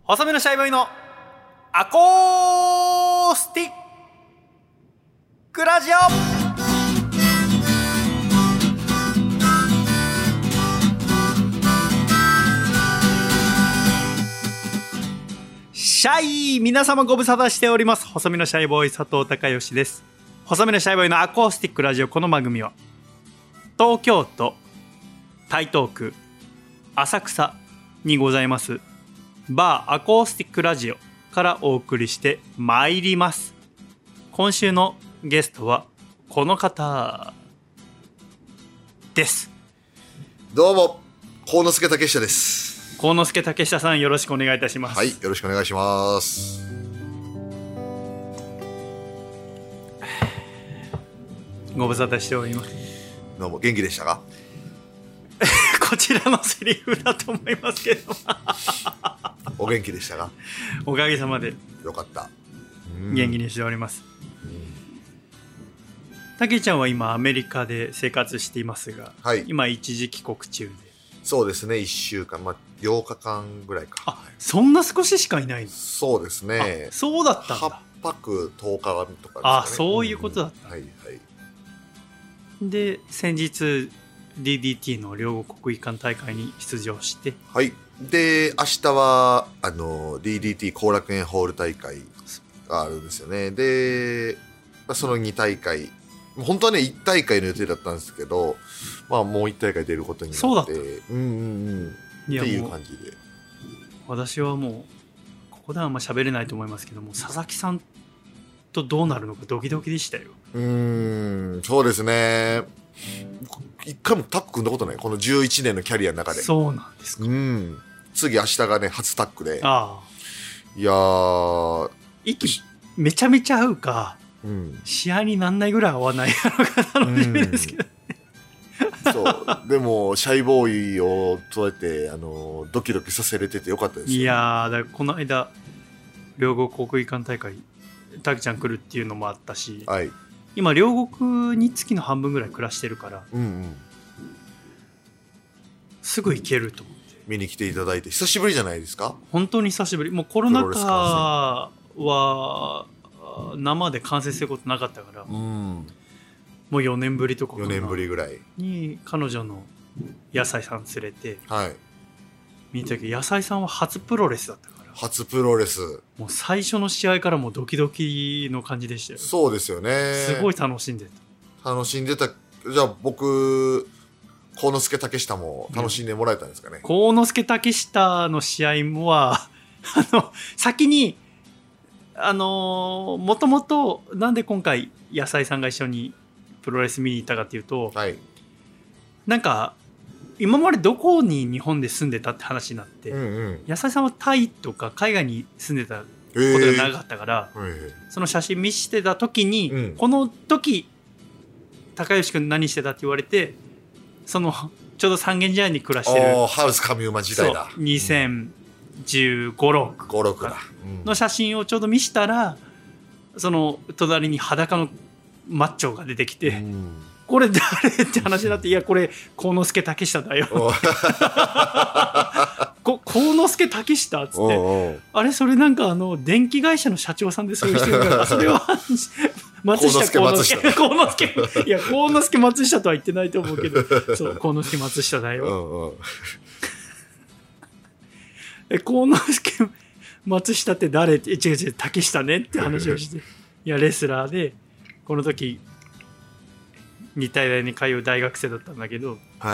細身のシャイボーイのアコースティックラジオ。シャイ、皆様ご無沙汰しております。細身のシャイボーイ佐藤孝義です。細身のシャイボーイのアコースティックラジオ。この番組は東京都台東区浅草にございますバーアコースティックラジオからお送りしてまいります。今週のゲストはこの方です。 どうも、幸之助武久です。 幸之助武久さん、よろしくお願いいたします。 はい、よろしくお願いします。 ご無沙汰しております。 どうも、元気でしたか？ こちらのセリフだと思いますけどお元気でしたか？ おかげさまでよかった。 元気にしております。たけちゃんは今アメリカで生活していますが、はい、今一時帰国中で。 そうですね、1週間、8日間ぐらいか。 あ、そんな少ししかいないの？ そうですね。 そうだったんだ。 8泊10日とかですかね。 あ、そういうことだった。 はいはい。 で、先日DDT の両国国技館大会に出場して、 はい。で、明日はDDT 後楽園ホール大会があるんですよね。で、その2大会、本当はね1大会の予定だったんですけど、もう1大会出ることになって、 そうだった。 っていう感じで。 私はもうここではあんま喋れないと思いますけども、佐々木さんとどうなるのかドキドキでしたよ。 そうですね。一回もタッグ組んだことない、この11年のキャリアの中で。 そうなんですか。 次明日がね初タッグで、いやー、 息めちゃめちゃ合うか、試合になんないぐらい合わないのが楽しみですけどね。 そうでもシャイボーイをそうやってドキドキさせれててよかったですよ。 いやー、だからこの間両国国技館大会たけちゃん来るっていうのもあったし、はい、今両国に月の半分ぐらい暮らしてるから、すぐ行けると思って見に来ていただいて久しぶりじゃないですか？ 本当に久しぶり。もうコロナ禍は生で観戦することなかったから、もう4年ぶりとかかな。4 年ぶりぐらいに彼女の野菜さん連れて、見たけど野菜さんは初プロレスだったから。 初プロレス、 もう最初の試合からもうドキドキの感じでしたよ。 そうですよね。 すごい楽しんでた。じゃあ僕幸之助武久も楽しんでもらえたんですかね？ 幸之助武久の試合は先にもともとなんで今回野菜さんが一緒にプロレス見に行ったかっていうと、なんか今までどこに日本で住んでたって話になって、野菜さんはタイとか海外に住んでたことが長かったから、その写真見せてた時に、この時高吉君何してたって言われて、そのちょうど三軒茶屋に暮らしてるハウス上馬時代だ。 2015、6だ、の写真をちょうど見したら、その隣に裸のマッチョが出てきて、これ誰って話になって、いやこれ幸之助武久だよ幸之助武久っつって、あれそれなんか電気会社の社長さんでそういう人いるから、それは松下幸之助いや幸之助松下とは言ってないと思うけど、そう幸之助松下だよ。幸之助松下って誰って、違う竹下ねって話をして、いやレスラーでこの時日体大に通う大学生だったんだけど、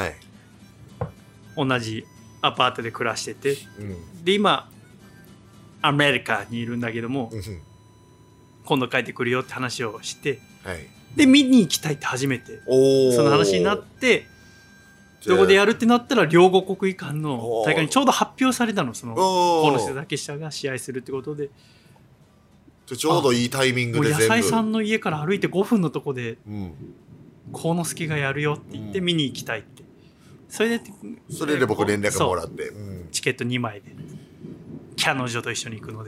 同じアパートで暮らしてて、で今アメリカにいるんだけども、今度帰ってくるよって話をして、で見に行きたいって初めてその話になって、どこでやるってなったら両国国技館の大会にちょうど発表されたの。その幸之助武久が試合するってことで、 ちょうどいいタイミングで全部。 野菜さんの家から歩いて5分のとこで幸之助がやるよって言って見に行きたいって、それで僕連絡もらって、チケット2枚で彼女と一緒に行くので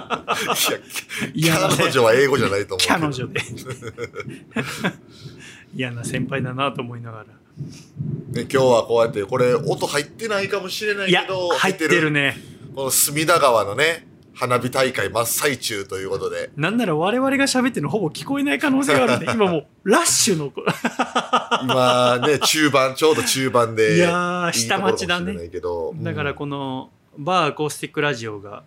いや彼女は英語じゃないと思うけど、 彼女で嫌な先輩だなと思いながら。 で今日はこうやってこれ音入ってないかもしれないいやけど入ってるね。 この隅田川のね花火大会真っ最中ということでなんなら我々が喋ってるのほぼ聞こえない可能性があるね。今もうラッシュの今ねちょうど中盤でいやー下町だね。 いいところかもしれないけど、 だからこのバーアコースティックラジオが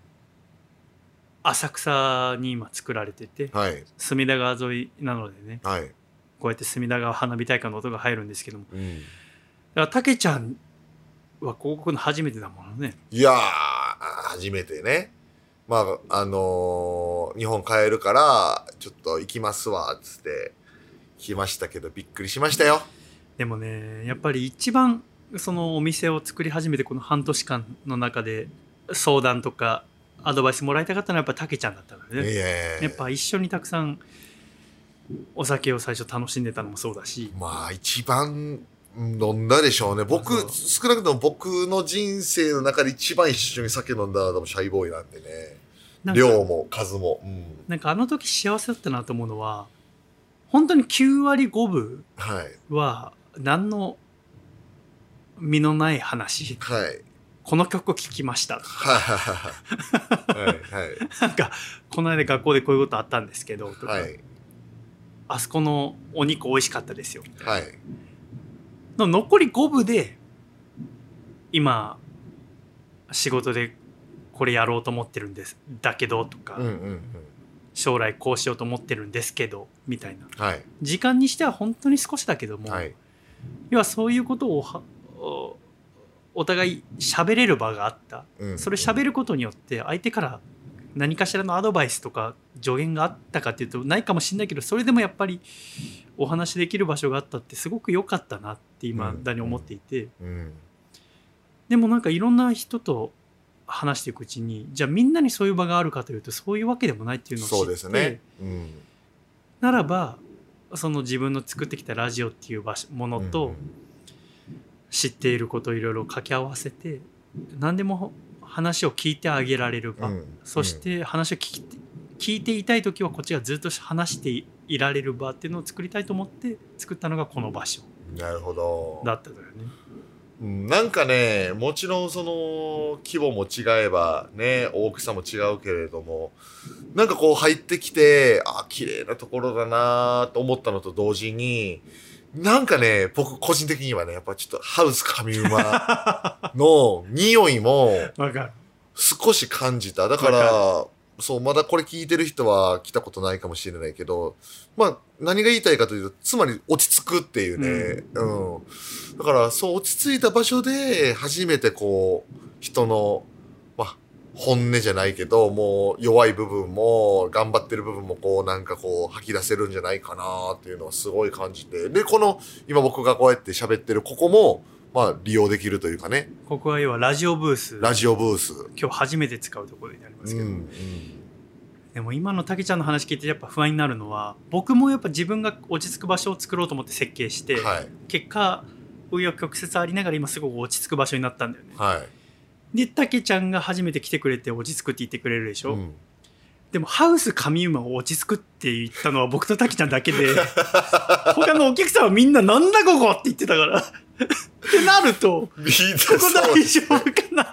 浅草に今作られてて、 はい隅田川沿いなのでね、 はい、 こうやって隅田川花火大会の音が入るんですけども、だうん、 からたけちゃんはここの初めてだものね。 いやー初めてねまあ日本帰るからちょっと行きますわっつって来ましたけどびっくりしましたよ。 でもねやっぱり一番そのお店を作り始めてこの半年間の中で相談とかアドバイスもらいたかったのはやっぱたけちゃんだったからね。やっぱ一緒にたくさんお酒を最初楽しんでたのもそうだし、 まあ一番飲んだでしょうね。 そう少なくとも僕の人生の中で一番一緒に酒飲んだのはシャイボーイなんでね。 なんか量も数も、 なんかあの時幸せだったなと思うのは本当に9割5分はいは何の身のない話、 はいこの曲を聴きましたはいはいはいなんかこの間学校でこういうことあったんですけどとか、 はいあそこのお肉美味しかったですよはいの残り5分で今仕事でこれやろうと思ってるんですだけどとか、 うんうんうん将来こうしようと思ってるんですけどみたいなはい時間にしては本当に少しだけども、 はい要はそういうことをお互い喋れる場があった、 うんそれ喋ることによって相手から何かしらのアドバイスとか助言があったかっていうとないかもしれないけどそれでもやっぱりお話できる場所があったってすごく良かったなって今だに思っていて、 うんでもなんかいろんな人と話していくうちにじゃあみんなにそういう場があるかというとそういうわけでもないっていうのを知って、 そうですね、うん、 ならばその自分の作ってきたラジオっていうものと知っていることをいろいろ掛け合わせて何でも話を聞いてあげられる場、そして話を聞いていたい時はこっちがずっと話していられる場っていうのを作りたいと思って作ったのがこの場所なるほどだったんだよね。 なんかねもちろんその規模も違えばね大きさも違うけれどもなんかこう入ってきて綺麗なところだなと思ったのと同時になんかね僕個人的にはねやっぱちょっとハウス上馬の匂いもわかる少し感じた。だからそうまだこれ聞いてる人は来たことないかもしれないけどまあ何が言いたいかというとつまり落ち着くっていうね、だからそう落ち着いた場所で初めてこう人の、まあ、本音じゃないけどもう弱い部分も頑張ってる部分もこうなんかこう吐き出せるんじゃないかなっていうのはすごい感じてでこの今僕がこうやって喋ってるここもまあ利用できるというかねここは要はラジオブース今日初めて使うところになりますけど、でも今のたけちゃんの話聞いてやっぱ不安になるのは僕もやっぱ自分が落ち着く場所を作ろうと思って設計して、結果紆余曲折ありながら今すごく落ち着く場所になったんだよね、でたけちゃんが初めて来てくれて落ち着くって言ってくれるでしょ、でもハウス上馬を落ち着くって言ったのは僕とたけちゃんだけで他のお客さんはみんななんだここって言ってたからってなるとここ大丈夫かな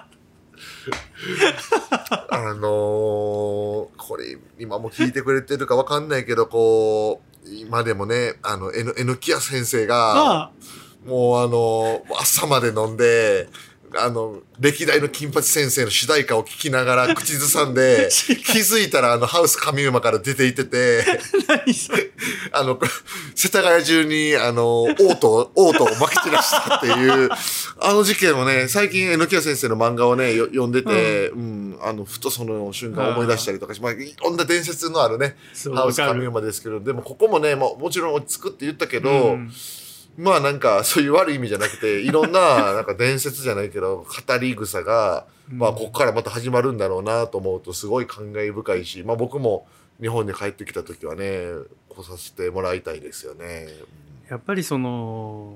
これ今も聞いてくれてるか分かんないけどこう今でもねN木屋先生がもう朝まで飲んで歴代の金八先生の主題歌を聴きながら口ずさんで気づいたらハウス上馬から出ていってて何それ世田谷中にオートをまき散らしたっていう事件をね最近N木屋先生の漫画をね読んでて、ふとその瞬間思い出したりとかし、いろんな伝説のあるねハウス上馬ですけどでもここもねもちろん落ち着くって言ったけど、まあなんかそういう悪い意味じゃなくていろんななんか伝説じゃないけど語り草がまあここからまた始まるんだろうなと思うとすごい感慨深いし、僕も日本に帰ってきた時はね来させてもらいたいですよね。 やっぱりその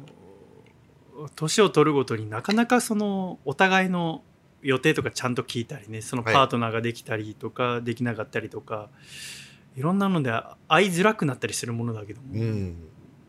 年を取るごとになかなかそのお互いの予定とかちゃんと聞いたりねそのパートナーができたりとかできなかったりとか、いろんなので会いづらくなったりするものだけども、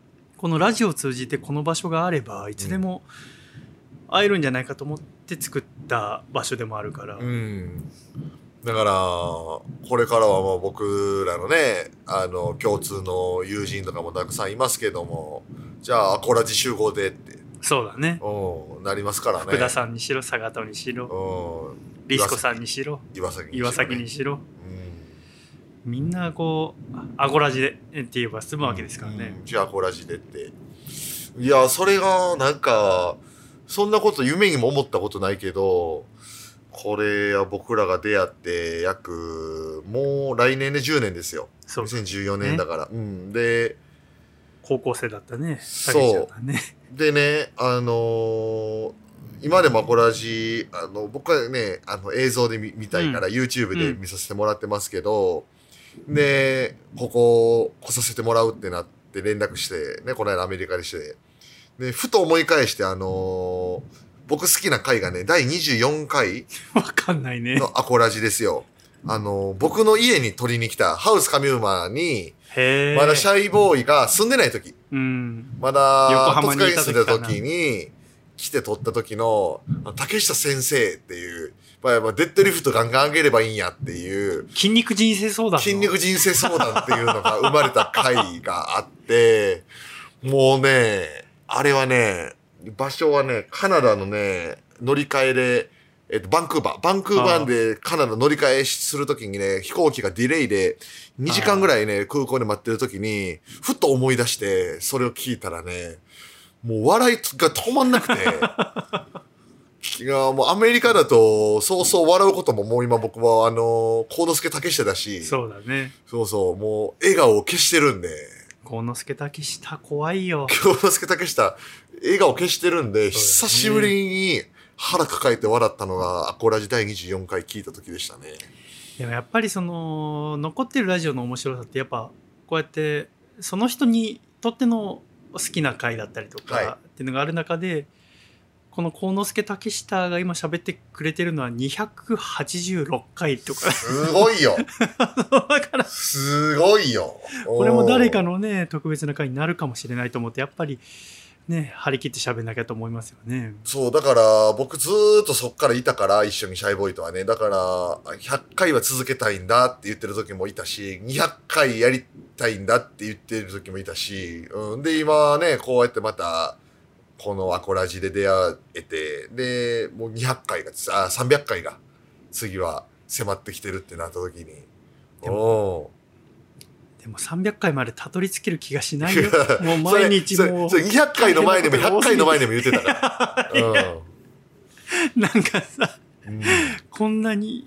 このラジオを通じてこの場所があればいつでも会えるんじゃないかと思って作った場所でもあるから、 だからこれからはもう僕らのね共通の友人とかもたくさんいますけども、じゃあアコラジ集合でってそうだね、 なりますからね。 福田さんにしろ佐賀にしろリスコさんにしろ岩崎にしろ、みんなこうアコラジでって言えば済むわけですからね。 じゃあアコラジでって、いやそれがなんかそんなこと夢にも思ったことないけど、これは僕らが出会ってもう来年で10年ですよ。そう2014年だから、で高校生だったね。 そうねでね今でもアコラジ僕はね映像で見たいから YouTube で見させてもらってますけど、でここ来させてもらうってなって連絡してね、この間アメリカでしてでふと思い返して僕好きな回がね第24回わかんないねのアコラジですよ。僕の家に取りに来たハウスカミューマーにまだシャイボーイが住んでない時、まだ戸塚に住んでた時に来て撮った時の竹下先生っていう、デッドリフトガンガン上げればいいんやっていう筋肉人生相談っていうのが生まれた回があってもうねあれはね場所はねカナダのね乗り換えでバンクーバーでカナダ乗り換えするときにね飛行機がディレイで2時間ぐらいね空港で待ってるときにふっと思い出してそれを聞いたらねもう笑いが止まんなくていやもうアメリカだとそうそう笑うことももう今僕は幸之助竹下だし、 そうだね、 そうもう笑顔を消してるんで。 幸之助竹下怖いよ。 幸之助竹下笑顔消してるんで、久しぶりに腹抱えて笑ったのがアコラジ第24回聞いた時でしたね。 でもやっぱりその残ってるラジオの面白さってやっぱこうやってその人にとっての好きな回だったりとかっていうのがある中で、この幸之助竹下が今喋ってくれてるのは286回とかすごいよだからすごいよ。 これも誰かのね特別な回になるかもしれないと思ってやっぱりね張り切って喋んなきゃと思いますよね。 そうだから僕ずーっとそっからいたから一緒にシャイボーイとはね、だから100回は続けたいんだって言ってる時もいたし200回やりたいんだって言ってる時もいたし、で今ねこうやってまたこのアコラジで出会えてでもう200回が300回が次は迫ってきてるってなった時にでも300回までたどり着ける気がしないよもう毎日もうそれ200回の前でも100回の前でも言ってたから、 なんかさ、こんなに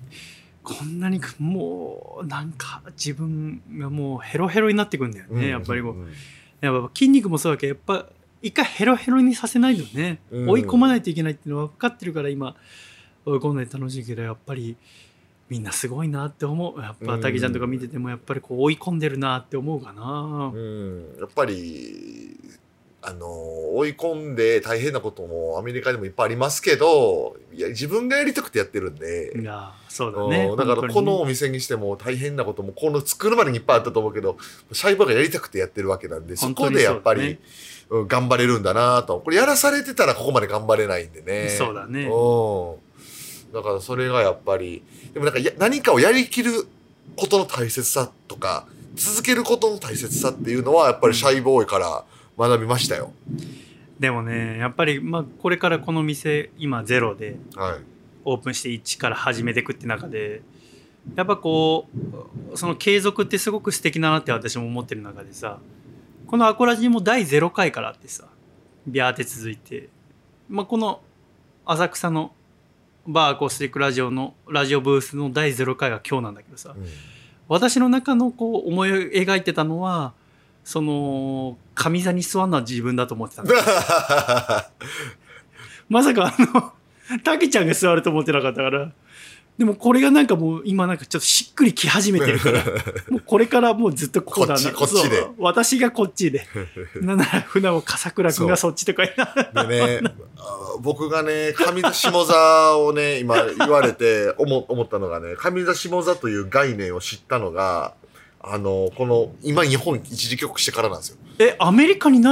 もうなんか自分がもうヘロヘロになってくんだよね、やっぱりもう、やっぱ筋肉もそうだけどやっぱ一回ヘロヘロにさせないとね、追い込まないといけないっていうのは分かってるから今追い込んで楽しいけど、やっぱりみんなすごいなって思う。やっぱタキちゃんとか見ててもやっぱりこう追い込んでるなって思うかな。 やっぱり追い込んで大変なこともアメリカでもいっぱいありますけど、いや自分がやりたくてやってるんで。 いやそうだね。 だからこのお店にしても大変なこともこの作るまでにいっぱいあったと思うけど、シャイボーがやりたくてやってるわけなんで、そこでやっぱり頑張れるんだなと。これやらされてたらここまで頑張れないんでね。 そうだね。 だからそれがやっぱりでもなんか何かをやりきることの大切さとか続けることの大切さっていうのはやっぱりシャイボーイから学びましたよ。 でもねやっぱりこれからこの店今ゼロでオープンして1から始めていくって中でやっぱこうその継続ってすごく素敵だなって私も思ってる中でさ、このアコラジも第0回からあってさビャーって続いて、この浅草のバーアコースティックラジオのラジオブースの第0回が今日なんだけどさ、私の中のこう思い描いてたのはその上座に座るのは自分だと思ってたんだまさかタケちゃんが座ると思ってなかったから。でもこれがなんかもう今なんかちょっとしっくりき始めてるからもうこれからもうずっとこうだな、 こっちで私がこっちでなんなら船を笠倉君がそっちとかでね僕がね上座下座をね今言われて思ったのがね、上座下座という概念を知ったのがこの今日本一時帰国してからなんですよ。 アメリカにないの？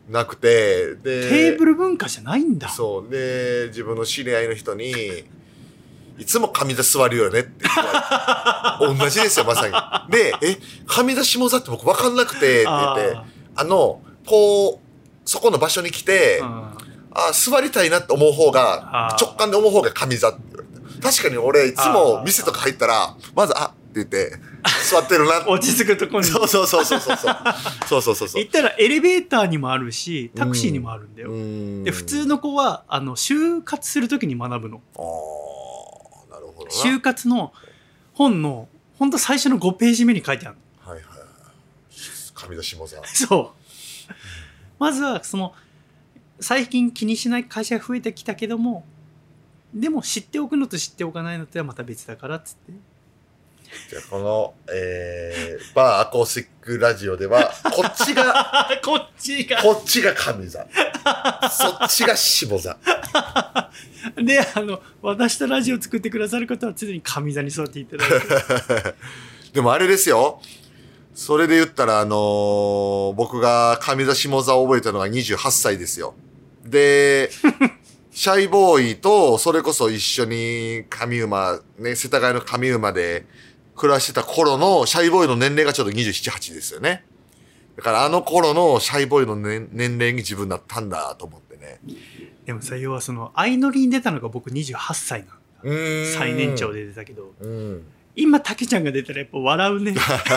なくて、でテーブル文化じゃないんだ。 そうで自分の知り合いの人にいつも上座座るよねって言われて同じですよまさに。で上座下座って僕分かんなくてって言ってこうそこの場所に来て座りたいなって思う方が直感で思う方が上座って言われて、確かに俺いつも店とか入ったらまずって言って座ってるな落ち着くとこに。 そう言ったらエレベーターにもあるしタクシーにもあるんだよ。で普通の子は就活するときに学ぶの。 なるほどな。 就活の本のほんと最初の5ページ目に書いてあるの。 はいはい。上座下座。 そうまずは最近気にしない会社が増えてきたけども、でも知っておくのと知っておかないのとはまた別だからっつって。 じゃあこの、バーアコースティックラジオではこっちがこっちが上座そっちが下座で私とラジオ作ってくださる方は常に上座に座っていただいてでもあれですよ、それで言ったら僕が上座下座を覚えたのが28歳ですよ。でシャイボーイとそれこそ一緒に上馬ね、世田谷の上馬で暮らしてた頃のシャイボーイの年齢がちょうど27、8ですよね。だから頃のシャイボーイの、年齢に自分だったんだと思ってね。 でもさ、要は相乗りに出たのが僕28歳なんだ。最年長で出たけど、今たけちゃんが出たらやっぱ笑うね。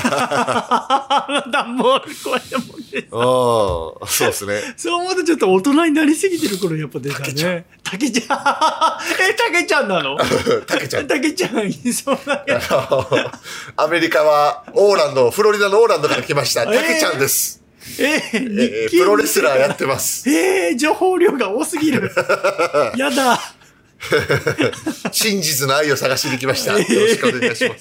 段ボール声でもね。 そうですね。 そう思うとちょっと大人になりすぎてる頃やっぱ出たね。たけちゃん。たけちゃんなの？たけちゃん。そうだけど。 アメリカはフロリダのオーランドから来ました。たけちゃんです。プロレスラーやってます。 情報量が多すぎる。やだ。 真実の愛を探しに来ました。よろしくお願いします。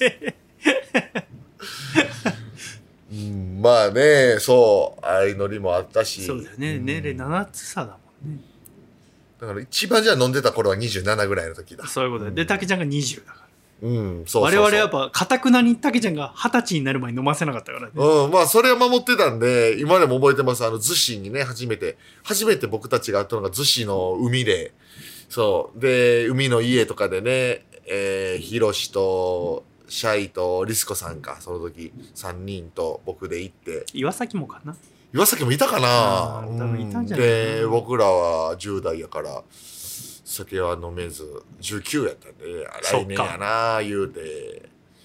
まあね、そう相乗りもあったし。 そうだよね。年齢7つ差だもんね。 だから一番じゃあ飲んでた頃は27ぐらいの時だ。 そういうことで、たけちゃんが20だから。 そう我々やっぱ堅くなにたけちゃんが20歳になる前に飲ませなかったからね。 まあそれは守ってたんで、今でも覚えてます。逗子にね、初めて僕たちが会ったのが逗子の海で、そうで海の家とかでね、ヒロシとシャイとリスコさんか、その時3人と僕で行って、 岩崎もかな、 岩崎もいたかな、 多分いたんじゃないかな。 で僕らは10代やから酒は飲めず19やったんで、来年やな言うて、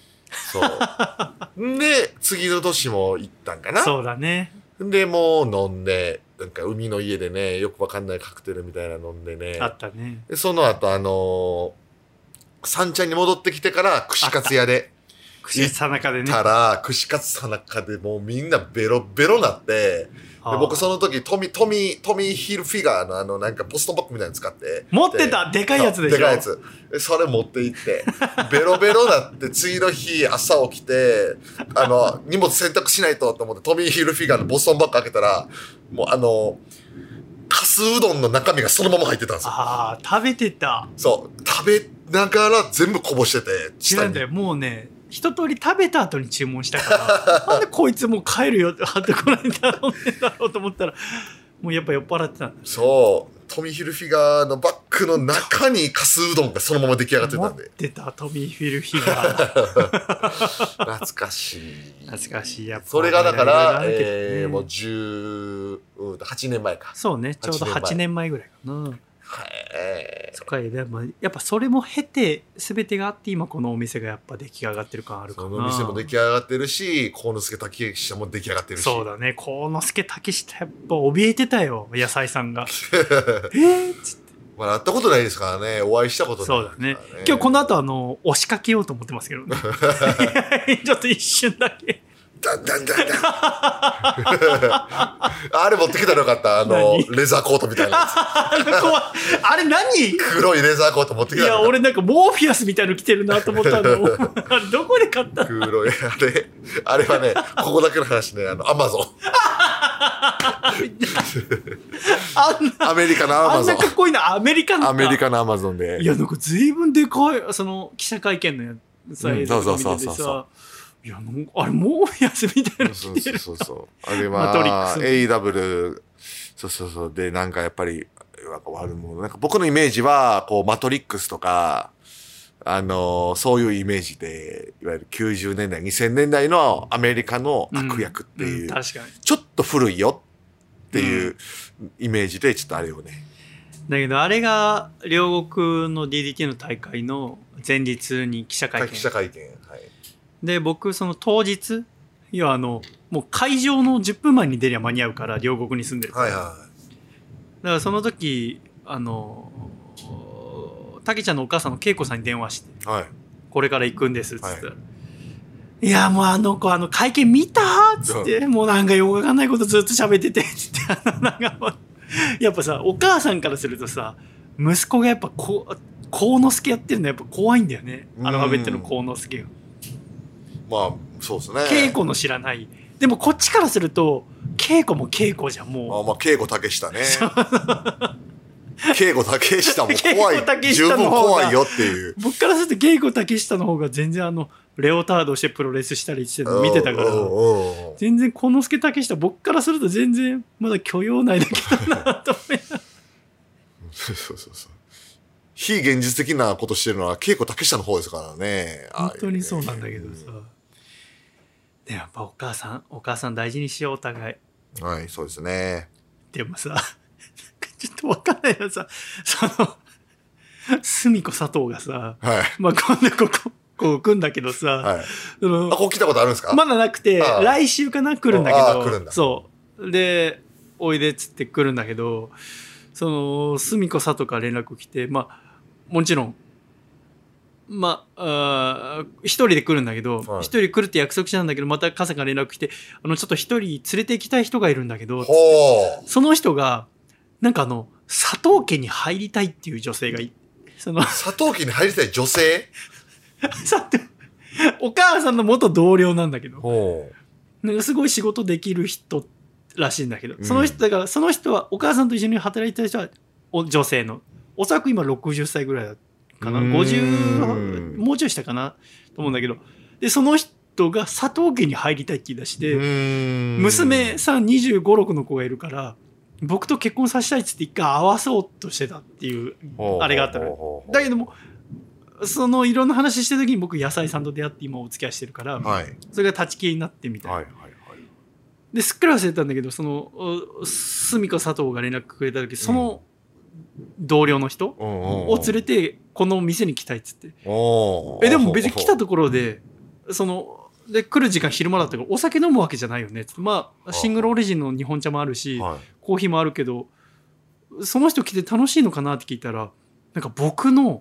そうで次の年も行ったんかな。 そうだね。 でもう飲んで、なんか海の家でね、よくわかんないカクテルみたいなの飲んでね。 あったね。 でその後三茶に戻ってきてから串カツ屋で串さなかでね。 たら串カツさなかでもうみんなベロベロなって、で僕その時トミーヒルフィガーのなんかポストバッグみたいなの使って持ってたでかいやつでしょ。 でかいやつでそれ持って行ってベロベロなって次の日朝起きて荷物洗濯しないと思ってトミーヒルフィガーのボストンバッグ開けたらもうかすうどんの中身がそのまま入ってたんですよ。 食べてた。 そう食べながら全部こぼしてて違うんだよ、もうね一通り食べた後に注文したからなんでこいつもう帰るよってこない頼んでんだろうと思ったらもうやっぱ酔っ払ってたんだ。 そうトミーヒルフィガーのバッグの中にかすうどんがそのまま出来上がってたんで。 持ってたトミーヒルフィガー懐かしい。 やっぱそれがだから、もう18年前か。 そうね、ちょうど8年前ぐらいかな。そっか、でもやっぱそれも経て全てがあって今このお店がやっぱ出来上がってる感あるかな。 その店も出来上がってるし、幸之助竹下も出来上がってるし。 そうだね、幸之助竹下やっぱ怯えてたよ、野菜さんが。つって。 まだ会ったことないですからね、お会いしたことない、 そうだね。今日この後押しかけようと思ってますけどね。ちょっと一瞬だけ。 ダンあれ持ってきたらよかった。レザーコートみたいなやつ。 あれ何？ 黒いレザーコート持ってきたらよかった。 いや、俺なんかモーフィアスみたいの着てるなと思ったの。あれどこで買ったの？ 黒い、あれはね、ここだけの話ね、アマゾン。アメリカのアマゾン。 あんなかっこいいな、アメリカのアマゾンで。 いや、なんか随分でかい、記者会見のやつ、映像を見ててさ、いや、あれ、モーフィアスみたいなの着てる。 そう。あれは、AW そうでなんかやっぱりなんか僕のイメージはこうマトリックスとかそういうイメージでいわゆる90年代2000年代のアメリカの悪役っていう、 確かにちょっと古いよっていうイメージでちょっとあれをね、 だけどあれが両国の DDT の大会の前日に記者会見、 はい、 で僕その当日要はもう会場の10分前に出りゃ間に合うから両国に住んでるから、 はいはだからその時たけちゃんのお母さんの恵子さんに電話していはいこれから行くんですっつって、 はいいやもう会見見たっつって、もうなんかよくわかんないことずっと喋っててっつってなんかやっぱさお母さんからするとさ息子がやっぱ幸之助やってるのやっぱ怖いんだよね、アルファベットの幸之助が。 まあそうですね。 恵子の知らない。でもこっちからすると恵子も恵子じゃんもう。 まあ恵子竹下ね。恵子竹下も怖い。 恵子竹十分下の方が怖いよっていう。 僕からすると恵子竹下の方が全然レオタードしてプロレスしたりしてるの見てたから、全然幸之助竹下僕からすると全然まだ許容内だけどなと思いながらそう非現実的なことしてるのは恵子竹下の方ですからね。 本当にそうなんだけどさ、でやっぱお母さん大事にしようお互い。 はいそうですね。 でもさちょっと分かんないのさ澄子佐藤がさ、 はいまあ今度こう来んだけどさ、 はい。ここ来たことあるんですか？ まだなくて来週かな来るんだけど、 来るんだ。 そうでおいでっつって来るんだけど、その澄子佐藤から連絡来て、まあもちろん一人で来るんだけど、一人来るって約束したんだけど、また傘から連絡来て、ちょっと一人連れて行きたい人がいるんだけど、その人がなんか佐藤家に入りたいっていう女性が佐藤家に入りたい女性お母さんの元同僚なんだけど、なんかすごい仕事できる人らしいんだけど、その人はお母さんと一緒に働いてる人は女性のおそらく今60歳ぐらいだかな、50もうちょいしたかなと思うんだけど、でその人が佐藤家に入りたいって言い出して、娘さん25、6の子がいるから僕と結婚させたいっつって一回会わそうとしてたっていうあれがあったの。だけどもいろんな話してる時に僕野菜さんと出会って今お付き合いしてるから、それが立ち消えになってみたいな、ですっかり忘れたんだけど、澄子佐藤が連絡くれた時、その同僚の人を連れてこの店に来たいっつって、でも別に来たところでで来る時間昼間だったからお酒飲むわけじゃないよねっつって、まあシングルオリジンの日本茶もあるし、コーヒーもあるけどその人来て楽しいのかなって聞いたら、なんか僕の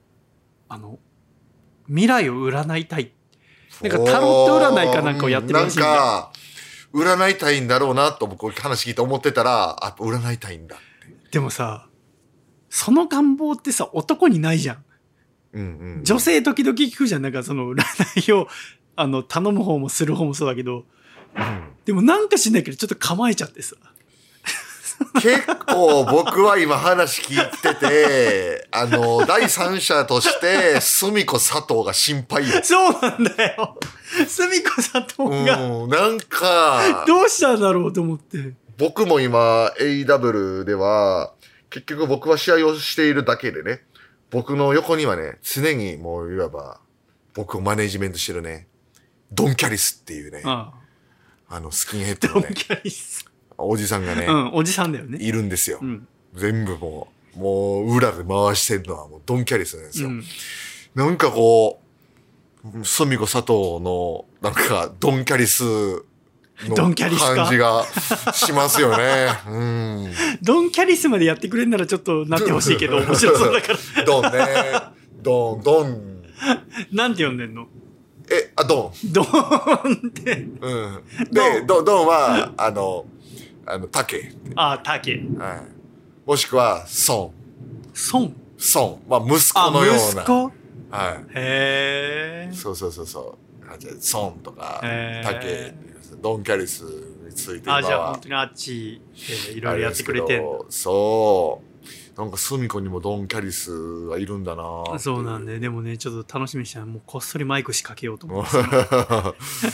未来を占いたい、なんかタロット占いかなんかをやってるらしいんだ。 なんか占いたいんだろうなと僕話聞いて思ってたら、占いたいんだって。 でもさその願望ってさ男にないじゃん。女性時々聞くじゃん、なんかその占いを頼む方もする方もそうだけど、でもなんかしないけどちょっと構えちゃってさ結構僕は今話聞いてて第三者として澄子佐藤が心配よ。 そうなんだよ、澄子佐藤がなんかどうしたんだろうと思って。 僕も今 AW では結局僕は試合をしているだけでね、僕の横にはね常にもういわば僕をマネジメントしてるねドン・キャリスっていうね、スキンヘッドのねドン・キャリスおじさんがね、 おじさんだよね、 いるんですよ、全部もう裏で回してるのはもうドン・キャリスなんですよ、なんかこう澄子佐藤のなんかドン・キャリスの感じがしますよね。 ドン・キャリスまでやってくれんならちょっとなってほしいけど面白そうだからドンね、ドンなんて呼んでんの？ ドンって、 でドンはタケ、 タケ、 もしくはソン、まあ息子のような、 息子、 へえ、そうソンとかタケ、ドン・キャリスについて今はじゃあ本当にあっちいろいろやってくれてんだ。 そうなんか澄子にもドン・キャリスがいるんだな。 そうなんで、でもねちょっと楽しみにしたらもうこっそりマイク仕掛けようと思って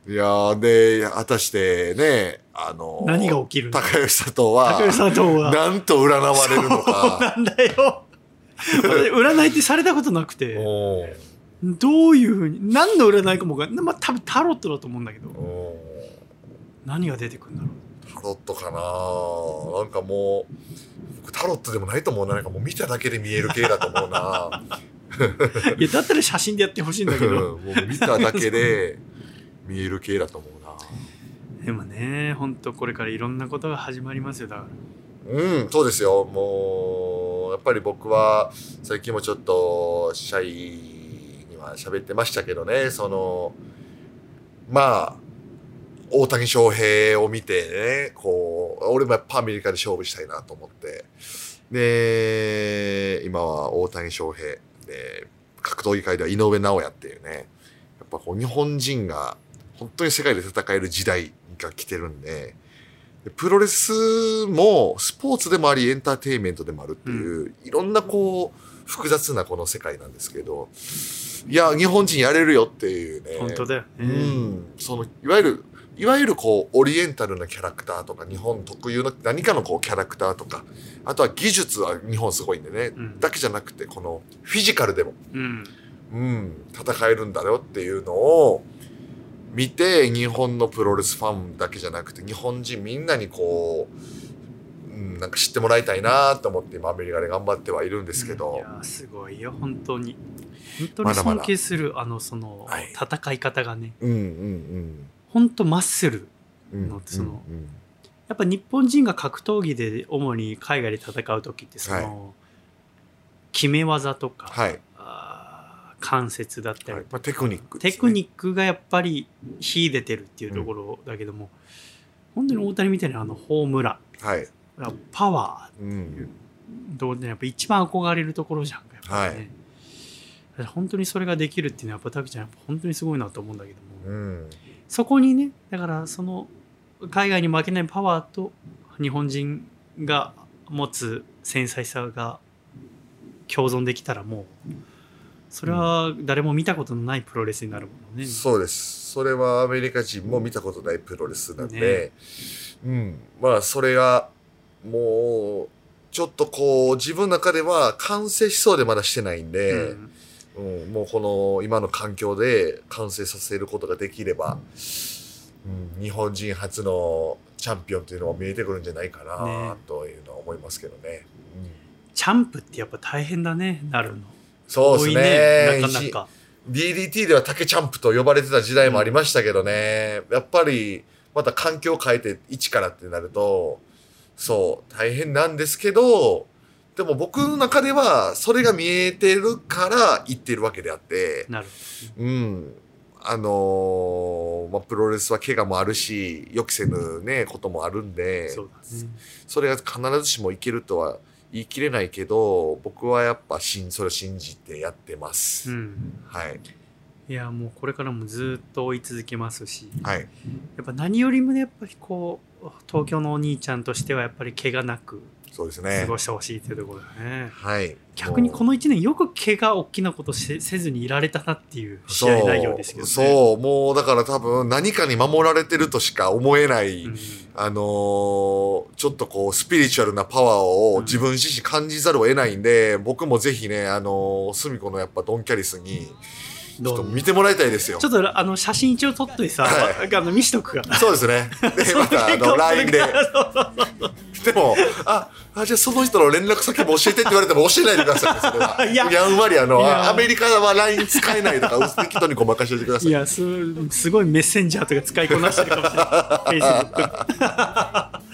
いやーで果たしてね何が起きるの？ 高吉佐藤は高吉佐藤はなんと占われるのそうか。 なんだよ。占いってされたことなくて、 おーどういうふうに何の占いかも分かんない。まあ多分タロットだと思うんだけど、 お何が出てくるんだろータロットかな。なんかもう僕タロットでもないと思うな。なんかもう見ただけで見える系だと思うな。 う。いやだったら写真でやってほしいんだけど。 もう見ただけで見える系だと思うな。 でもね、本当これからいろんなことが始まりますよ。だからうん、そうですよ。もうやっぱり僕は最近もちょっとシャイには喋ってましたけどね、まあ大谷翔平を見てね、こう俺もやっぱアメリカで勝負したいなと思って、で今は大谷翔平で格闘技界では井上尚弥っていうね、やっぱこう日本人が本当に世界で戦える時代が来てるんで。プロレスもスポーツでもありエンターテインメントでもあるっていう、いろんなこう複雑なこの世界なんですけど、いや日本人やれるよっていうね。 本当だよね。 いわゆるこうオリエンタルなキャラクターとか日本特有の何かのこうキャラクターとか、あとは技術は日本すごいんでね、だけじゃなくてこのフィジカルでも、戦えるんだよっていうのを見て、日本のプロレスファンだけじゃなくて日本人みんなにこう、なんか知ってもらいたいなと思って今アメリカで頑張ってはいるんですけど、 いやすごいよ本当に尊敬するその戦い方がね、本当マッスルのやっぱ日本人が格闘技で主に海外で戦う時って決め技とか、関節だったり、 テクニックですね、テクニックがやっぱり秀でてるっていうところだけども、本当に大谷みたいなホームラン、パワー、どうねやっぱ一番憧れるところじゃんかやっぱりね、本当にそれができるっていうのはやっぱタクちゃん本当にすごいなと思うんだけども、そこにねだからその海外に負けないパワーと日本人が持つ繊細さが共存できたらもうそれは誰も見たことのないプロレスになるものね。 そうです。それはアメリカ人も見たことないプロレスなんで、まあそれがもうちょっとこう自分の中では完成しそうでまだしてないんで、もうこの今の環境で完成させることができれば、日本人初のチャンピオンというのも見えてくるんじゃないかなというのは思いますけどね。 チャンプってやっぱ大変だねなるの。 そうですね。 なかなか DDT では竹チャンプと呼ばれてた時代もありましたけどね、やっぱりまた環境を変えて一からってなるとそう大変なんですけど、でも僕の中ではそれが見えてるから言ってるわけであって、 なるプロレスは怪我もあるし予期せぬねこともあるんで、それが必ずしもいけるとは言い切れないけど、僕はやっぱそれを信じてやってます。 いやもうこれからもずっと追い続けますし、 やっぱ何よりもねやっぱりこう東京のお兄ちゃんとしてはやっぱり怪我なく過ごしてほしいというところだね。逆にこの1年よく怪我大きなことせずにいられたなっていう試合内容ですけどね。 そうもうだから多分何かに守られてるとしか思えない、ちょっとこうスピリチュアルなパワーを自分自身感じざるを得ないんで、僕もぜひねスミコのやっぱドンキャリスにちょっと見てもらいたいですよ。 ちょっと写真一応撮っといてさ、見しとくから。 そうですね。でまたLINE ででもじゃあその人の連絡先も教えてって言われても教えないでください、それは。やんわりアメリカは LINE 使えないとかウズベキ人にごまかしておいてください。 いやすごいメッセンジャーとか使いこなしてるかもしれない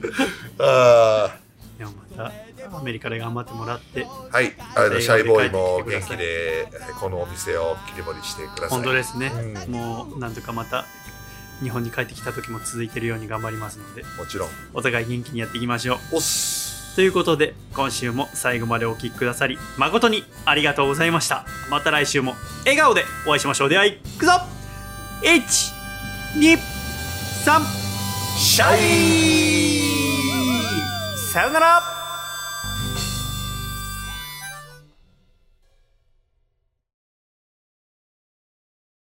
いやまたアメリカで頑張ってもらって、 シャイボーイも元気でこのお店を切り盛りしてください。 本当ですね、もうなんとかまた日本に帰ってきた時も続いているように頑張りますので、 もちろんお互い元気にやっていきましょう。 おっす。 ということで今週も最後までお聞きくださり誠にありがとうございました。また来週も笑顔でお会いしましょう。ではいくぞ、1、2、3、 シャイ。 さよなら。